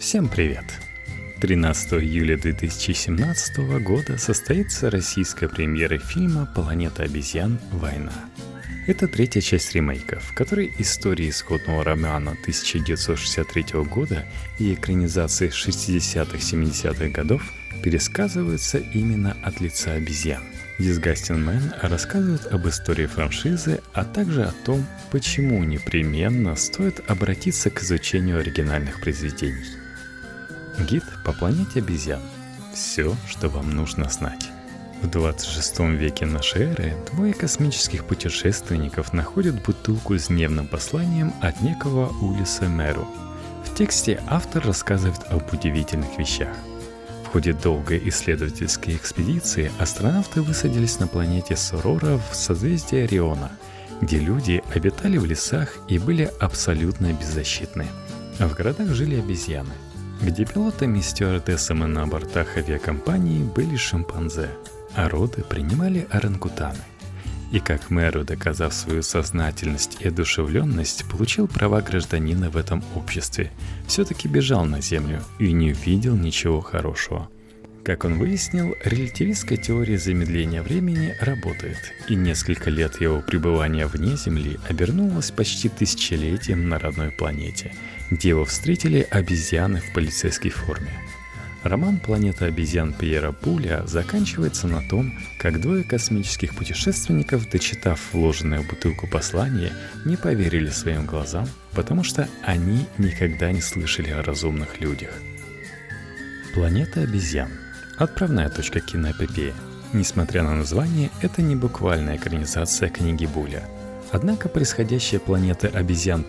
Всем привет! 13 июля 2017 года состоится российская премьера фильма «Планета обезьян. Война». Это третья часть ремейка, в которой истории исходного романа 1963 года и экранизации 60-70-х годов пересказываются именно от лица обезьян. Disgusting Man рассказывает об истории франшизы, а также о том, почему непременно стоит обратиться к изучению оригинальных произведений. Гид по планете обезьян. Все, что вам нужно знать. В 26 веке нашей эры двое космических путешественников находят бутылку с дневным посланием от некого Улиса Меру. В тексте автор рассказывает об удивительных вещах. В ходе долгой исследовательской экспедиции астронавты высадились на планете Сорора в созвездии Ориона, где люди обитали в лесах и были абсолютно беззащитны. А в городах жили обезьяны, где пилотами и стюардессами на бортах авиакомпании были шимпанзе, а роды принимали орангутаны. И как Мэру, доказав свою сознательность и одушевленность, получил права гражданина в этом обществе, все-таки бежал на Землю и не увидел ничего хорошего. Как он выяснил, релятивистская теория замедления времени работает, и несколько лет его пребывания вне Земли обернулось почти тысячелетием на родной планете, где его встретили обезьяны в полицейской форме. Роман «Планета обезьян» Пьера Пуля заканчивается на том, как двое космических путешественников, дочитав вложенное в бутылку послание, не поверили своим глазам, потому что они никогда не слышали о разумных людях. «Планета обезьян» — отправная точка киноэпопеи. Несмотря на название, это не буквальная экранизация книги Буля. Однако происходящее «Планеты обезьян»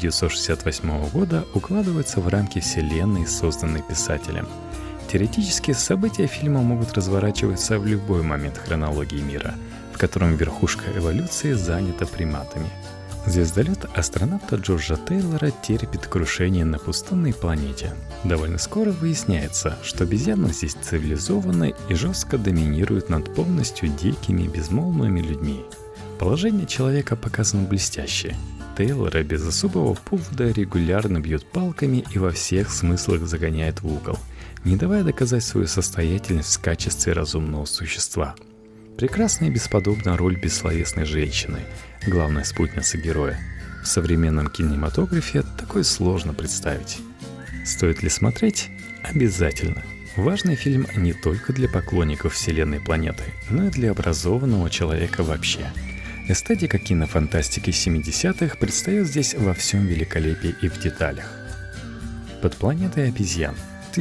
1968 года укладывается в рамки вселенной, созданной писателем. Теоретически, события фильма могут разворачиваться в любой момент хронологии мира, в котором верхушка эволюции занята приматами. Звездолет астронавта Джорджа Тейлора терпит крушение на пустынной планете. Довольно скоро выясняется, что обезьяны здесь цивилизованы и жестко доминируют над полностью дикими безмолвными людьми. Положение человека показано блестяще. Тейлора без особого повода регулярно бьют палками и во всех смыслах загоняет в угол, не давая доказать свою состоятельность в качестве разумного существа. Прекрасна и бесподобна роль бессловесной женщины, главной спутницы героя. В современном кинематографе такое сложно представить. Стоит ли смотреть? Обязательно. Важный фильм не только для поклонников вселенной планеты, но и для образованного человека вообще. Эстетика кинофантастики 70-х предстает здесь во всем великолепии и в деталях. «Под планетой обезьян»,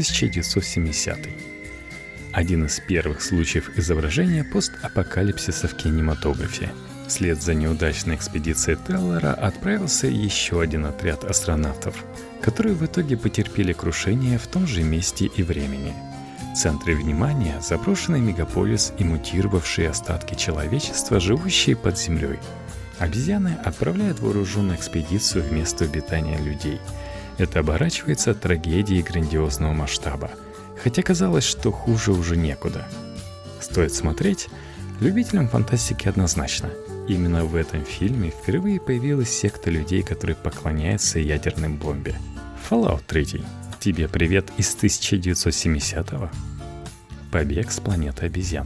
1970. Один из первых случаев изображения постапокалипсиса в кинематографе. Вслед за неудачной экспедицией Тейлора отправился еще один отряд астронавтов, которые в итоге потерпели крушение в том же месте и времени. В центре внимания заброшенный мегаполис и мутировавшие остатки человечества, живущие под землей. Обезьяны отправляют вооруженную экспедицию в место обитания людей. Это оборачивается трагедией грандиозного масштаба, хотя казалось, что хуже уже некуда. Стоит смотреть? Любителям фантастики однозначно. Именно в этом фильме впервые появилась секта людей, которые поклоняются ядерной бомбе. Fallout 3. Тебе привет из 1970-го. Побег с планеты обезьян.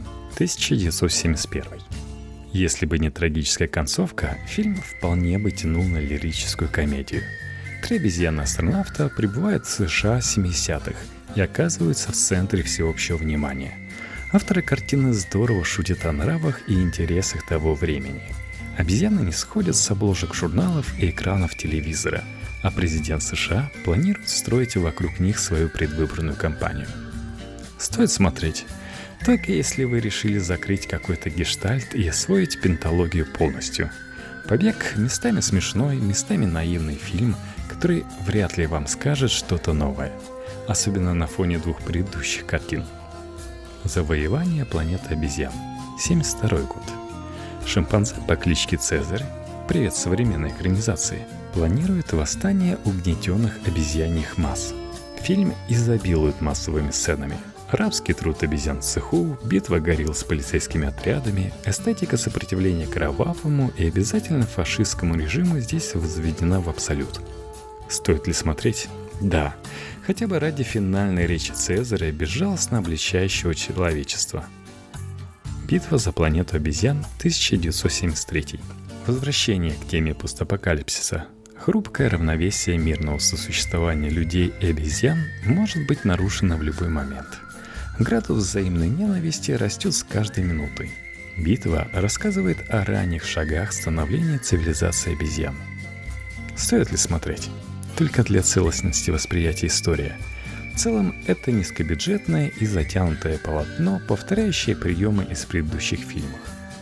1971. Если бы не трагическая концовка, фильм вполне бы тянул на лирическую комедию. Три обезьяны-астронавта прибывают в США 70-х и оказываются в центре всеобщего внимания. Авторы картины здорово шутят о нравах и интересах того времени. Обезьяны не сходят с обложек журналов и экранов телевизора, а президент США планирует строить вокруг них свою предвыборную кампанию. Стоит смотреть, только если вы решили закрыть какой-то гештальт и освоить пенталогию полностью. «Побег» местами смешной, местами наивный фильм, который вряд ли вам скажет что-то новое, особенно на фоне двух предыдущих картин. «Завоевание планеты обезьян», 1972 год. Шимпанзе по кличке Цезарь, привет современной экранизации, планирует восстание угнетенных обезьяньих масс. Фильм изобилует массовыми сценами. Рабский труд обезьян в цеху, битва горилл с полицейскими отрядами, эстетика сопротивления кровавому и обязательно фашистскому режиму здесь возведена в абсолют. Стоит ли смотреть? Да. хотя бы ради финальной речи Цезаря, безжалостно обличающего человечество. Битва за планету обезьян, 1973. Возвращение к теме постапокалипсиса. Хрупкое равновесие мирного сосуществования людей и обезьян может быть нарушено в любой момент. Градус взаимной ненависти растет с каждой минутой. Битва рассказывает о ранних шагах становления цивилизации обезьян. Стоит ли смотреть? Только для целостности восприятия истории. В целом, это низкобюджетное и затянутое полотно, повторяющее приемы из предыдущих фильмов.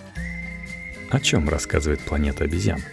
О чем рассказывает планета обезьян?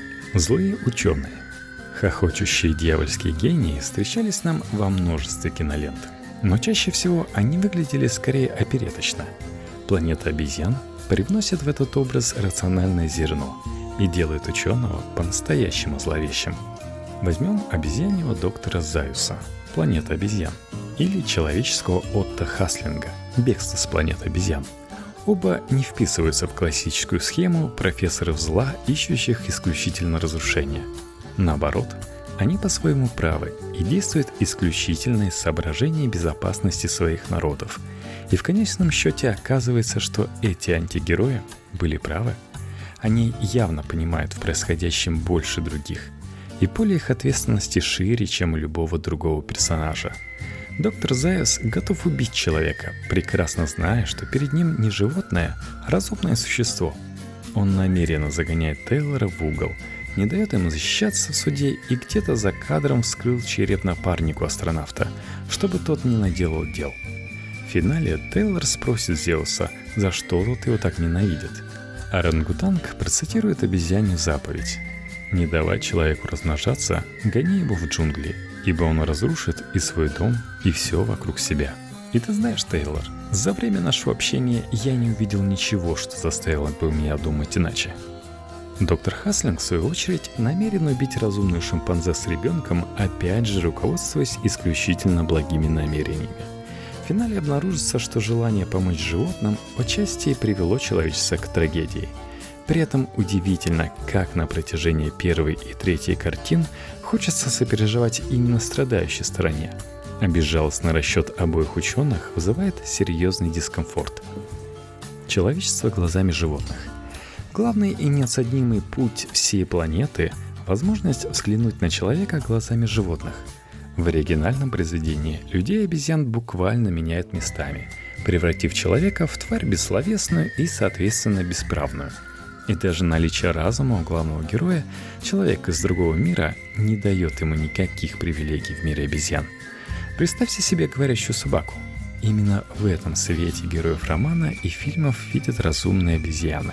Злые ученые, хохочущие дьявольские гении встречались нам во множестве кинолент, но чаще всего они выглядели скорее опереточно. Планета обезьян привносит в этот образ рациональное зерно и делает ученого по-настоящему зловещим. Возьмем обезьяньего доктора Заюса, «Планета обезьян», или человеческого Отто Хаслинга, «Бегство с планеты обезьян». Оба не вписываются в классическую схему профессоров зла, ищущих исключительно разрушения. Наоборот, они по-своему правы и действуют исключительно из соображений безопасности своих народов. И в конечном счете оказывается, что эти антигерои были правы. Они явно понимают в происходящем больше других, и поле их ответственности шире, чем у любого другого персонажа. Доктор Зайус готов убить человека, прекрасно зная, что перед ним не животное, а разумное существо. Он намеренно загоняет Тейлора в угол, не дает ему защищаться в суде и где-то за кадром вскрыл череп напарнику астронавта, чтобы тот не наделал дел. В финале Тейлор спросит Зеуса, за что тот его так ненавидит. Орангутанг процитирует обезьянью заповедь: «Не давай человеку размножаться, гони его в джунгли, ибо он разрушит и свой дом, и все вокруг себя». И ты знаешь, Тейлор, за время нашего общения я не увидел ничего, что заставило бы меня думать иначе. Доктор Хаслинг, в свою очередь, намерен убить разумную шимпанзе с ребенком, опять же руководствуясь исключительно благими намерениями. В финале обнаружится, что желание помочь животным отчасти привело человечество к трагедии. При этом удивительно, как на протяжении первой и третьей картин хочется сопереживать именно страдающей стороне. А безжалостный расчет обоих ученых вызывает серьезный дискомфорт. Человечество глазами животных. Главный и неотсоединимый путь всей планеты – возможность взглянуть на человека глазами животных. В оригинальном произведении людей и обезьян буквально меняют местами, превратив человека в тварь бессловесную и, соответственно, бесправную. И даже наличие разума у главного героя, человека из другого мира, не дает ему никаких привилегий в мире обезьян. Представьте себе говорящую собаку. Именно в этом свете героев романа и фильмов видят разумные обезьяны.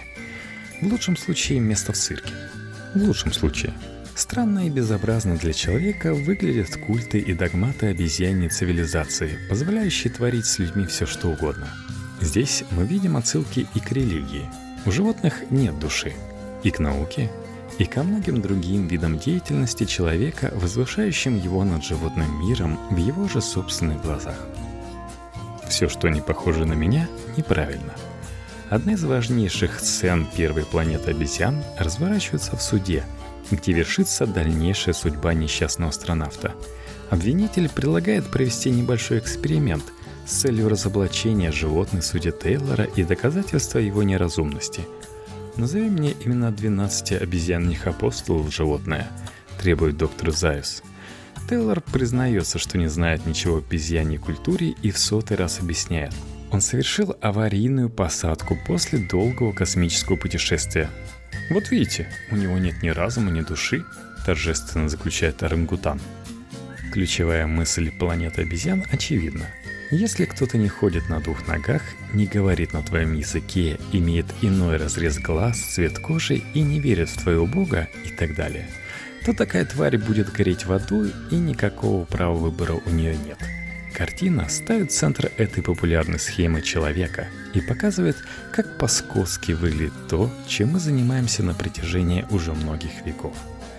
В лучшем случае место в цирке. В лучшем случае. Странно и безобразно для человека выглядят культы и догматы обезьяньей цивилизации, позволяющие творить с людьми все что угодно. Здесь мы видим отсылки и к религии. У животных нет души. И к науке, и ко многим другим видам деятельности человека, возвышающим его над животным миром в его же собственных глазах. Все, что не похоже на меня, неправильно. Одна из важнейших сцен первой планеты обезьян разворачивается в суде, где вершится дальнейшая судьба несчастного астронавта. Обвинитель предлагает провести небольшой эксперимент с целью разоблачения животных в суде Тейлора и доказательства его неразумности. «Назови мне именно 12 обезьянных апостолов животное», — требует доктор Заюс. Тейлор признается, что не знает ничего об обезьяньей культуре и в 100-й раз объясняет. Он совершил аварийную посадку после долгого космического путешествия. «Вот видите, у него нет ни разума, ни души», — торжественно заключает орангутан. Ключевая мысль планеты обезьян очевидна. Если кто-то не ходит на двух ногах, не говорит на твоем языке, имеет иной разрез глаз, цвет кожи и не верит в твоего бога и так далее, то такая тварь будет гореть в аду, и никакого права выбора у нее нет. Картина ставит в центр этой популярной схемы человека и показывает, как по-скотски выглядит то, чем мы занимаемся на протяжении уже многих веков.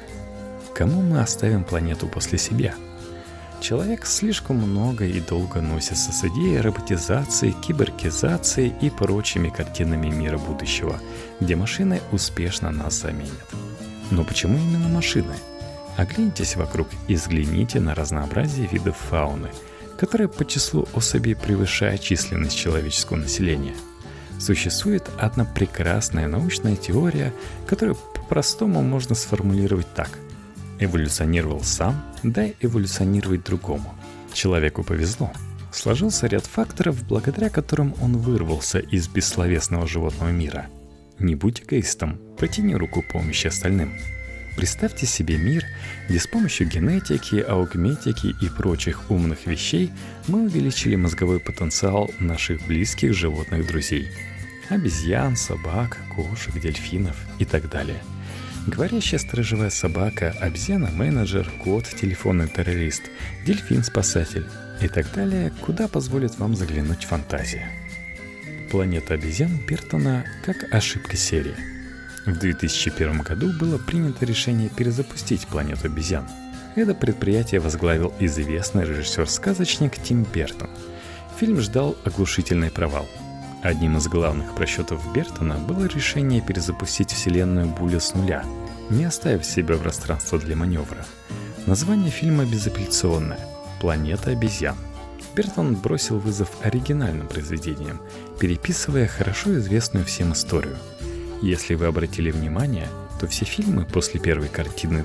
Кому мы оставим планету после себя? Человек слишком много и долго носится с идеей роботизации, киборгизации и прочими картинами мира будущего, где машины успешно нас заменят. Но почему именно машины? Оглянитесь вокруг и взгляните на разнообразие видов фауны, которая по числу особей превышает численность человеческого населения. Существует одна прекрасная научная теория, которую по-простому можно сформулировать так: эволюционировал сам, дай эволюционировать другому. Человеку повезло. Сложился ряд факторов, благодаря которым он вырвался из бессловесного животного мира. Не будь эгоистом, протяни руку помощи остальным. Представьте себе мир, где с помощью генетики, аугметики и прочих умных вещей мы увеличили мозговой потенциал наших близких животных друзей. Обезьян, собак, кошек, дельфинов и так далее. Говорящая сторожевая собака, обезьяна-менеджер, кот, телефонный террорист, дельфин-спасатель и так далее, куда позволит вам заглянуть фантазия. «Планета обезьян» Бертона как ошибка серии. В 2001 году было принято решение перезапустить «Планету обезьян». Это предприятие возглавил известный режиссер-сказочник Тим Бертон. Фильм ждал оглушительный провал. Одним из главных просчетов Бертона было решение перезапустить вселенную Буля с нуля, не оставив себе пространства для маневра. Название фильма безапелляционное «Планета обезьян». Бертон бросил вызов оригинальным произведениям, переписывая хорошо известную всем историю. Если вы обратили внимание, то все фильмы после первой картины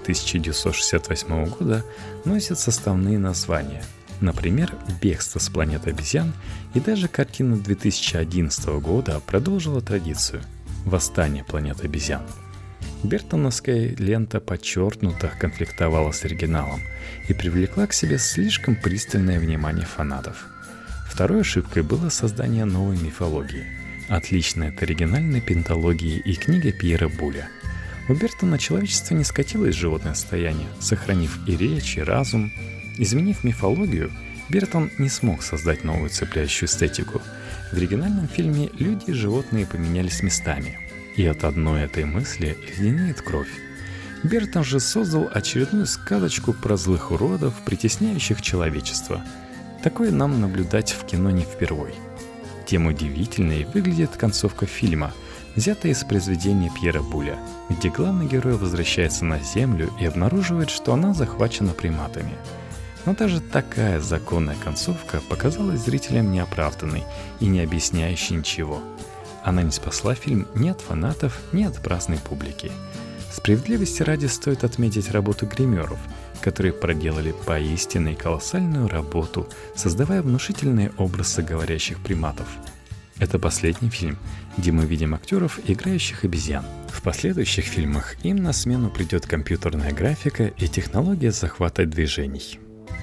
1968 года носят составные названия. Например, «Бегство с планеты обезьян» и даже картина 2011 года продолжила традицию «Восстание планеты обезьян». Бертоновская лента подчеркнуто конфликтовала с оригиналом и привлекла к себе слишком пристальное внимание фанатов. Второй ошибкой было создание новой мифологии, отличной от оригинальной пенталогии и книги Пьера Буля. У Бертона человечество не скатилось в животное состояние, сохранив и речь, и разум. Изменив мифологию, Бертон не смог создать новую цепляющую эстетику. В оригинальном фильме люди и животные поменялись местами, и от одной этой мысли леденеет кровь. Бертон же создал очередную сказочку про злых уродов, притесняющих человечество. Такое нам наблюдать в кино не впервой. Тем удивительней выглядит концовка фильма, взятая из произведения Пьера Буля, где главный герой возвращается на Землю и обнаруживает, что она захвачена приматами. Но даже такая законная концовка показалась зрителям неоправданной и не объясняющей ничего. Она не спасла фильм ни от фанатов, ни от праздной публики. Справедливости ради стоит отметить работу гримеров, которые проделали поистине колоссальную работу, создавая внушительные образы говорящих приматов. Это последний фильм, где мы видим актеров, играющих обезьян. В последующих фильмах им на смену придет компьютерная графика и технология захвата движений.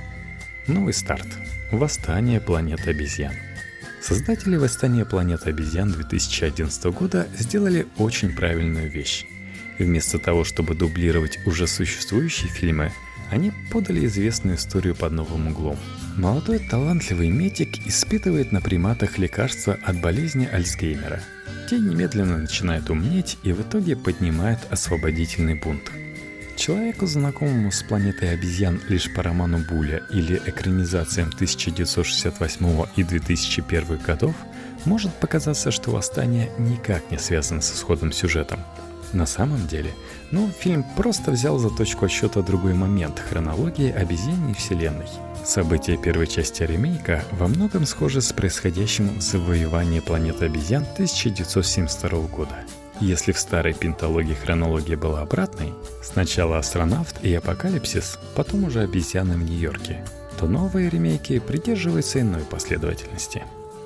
Новый старт. Восстание планеты обезьян. Создатели «Восстания планеты обезьян» 2011 года сделали очень правильную вещь. Вместо того, чтобы дублировать уже существующие фильмы, они подали известную историю под новым углом. Молодой талантливый медик испытывает на приматах лекарства от болезни Альцгеймера. Те немедленно начинают умнеть и в итоге поднимают освободительный бунт. Человеку, знакомому с планетой обезьян лишь по роману Буля или экранизациям 1968 и 2001 годов, может показаться, что восстание никак не связано с исходным сюжетом. На самом деле, фильм просто взял за точку отсчета другой момент хронологии обезьяньей вселенной. События первой части ремейка во многом схожи с происходящим в завоевании планеты обезьян 1972 года. Если в старой пенталогии хронология была обратной, сначала астронавт и апокалипсис, потом уже обезьяны в Нью-Йорке, то новые ремейки придерживаются иной последовательности.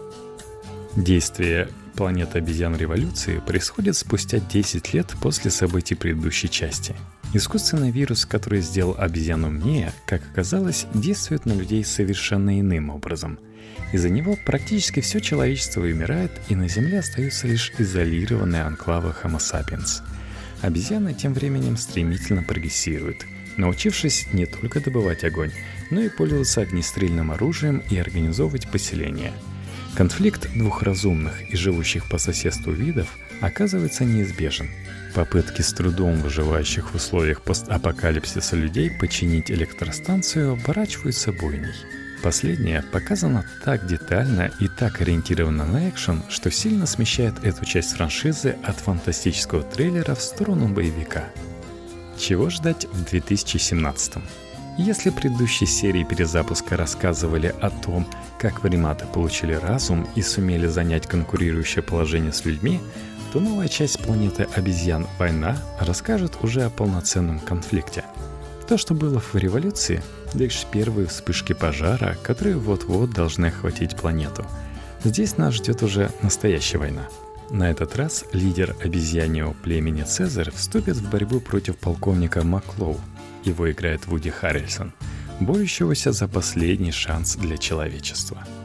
Действие «Планеты обезьян. Революции» происходит спустя 10 лет после событий предыдущей части. Искусственный вирус, который сделал обезьян умнее, как оказалось, действует на людей совершенно иным образом. Из-за него практически все человечество вымирает, и на Земле остаются лишь изолированные анклавы Homo sapiens. Обезьяны тем временем стремительно прогрессируют, научившись не только добывать огонь, но и пользоваться огнестрельным оружием и организовывать поселения. Конфликт двух разумных и живущих по соседству видов оказывается неизбежен. Попытки с трудом выживающих в условиях постапокалипсиса людей починить электростанцию оборачиваются бойней. Последняя показана так детально и так ориентирована на экшен, что сильно смещает эту часть франшизы от фантастического трейлера в сторону боевика. Чего ждать в 2017? Если в предыдущей серии перезапуска рассказывали о том, как приматы получили разум и сумели занять конкурирующее положение с людьми, то новая часть «Планеты обезьян. Война» расскажет уже о полноценном конфликте. То, что было в революции, лишь первые вспышки пожара, которые вот-вот должны охватить планету. Здесь нас ждет уже настоящая война. На этот раз лидер обезьяньего племени Цезарь вступит в борьбу против полковника Маклоу. Его играет Вуди Харрельсон, борющегося за последний шанс для человечества.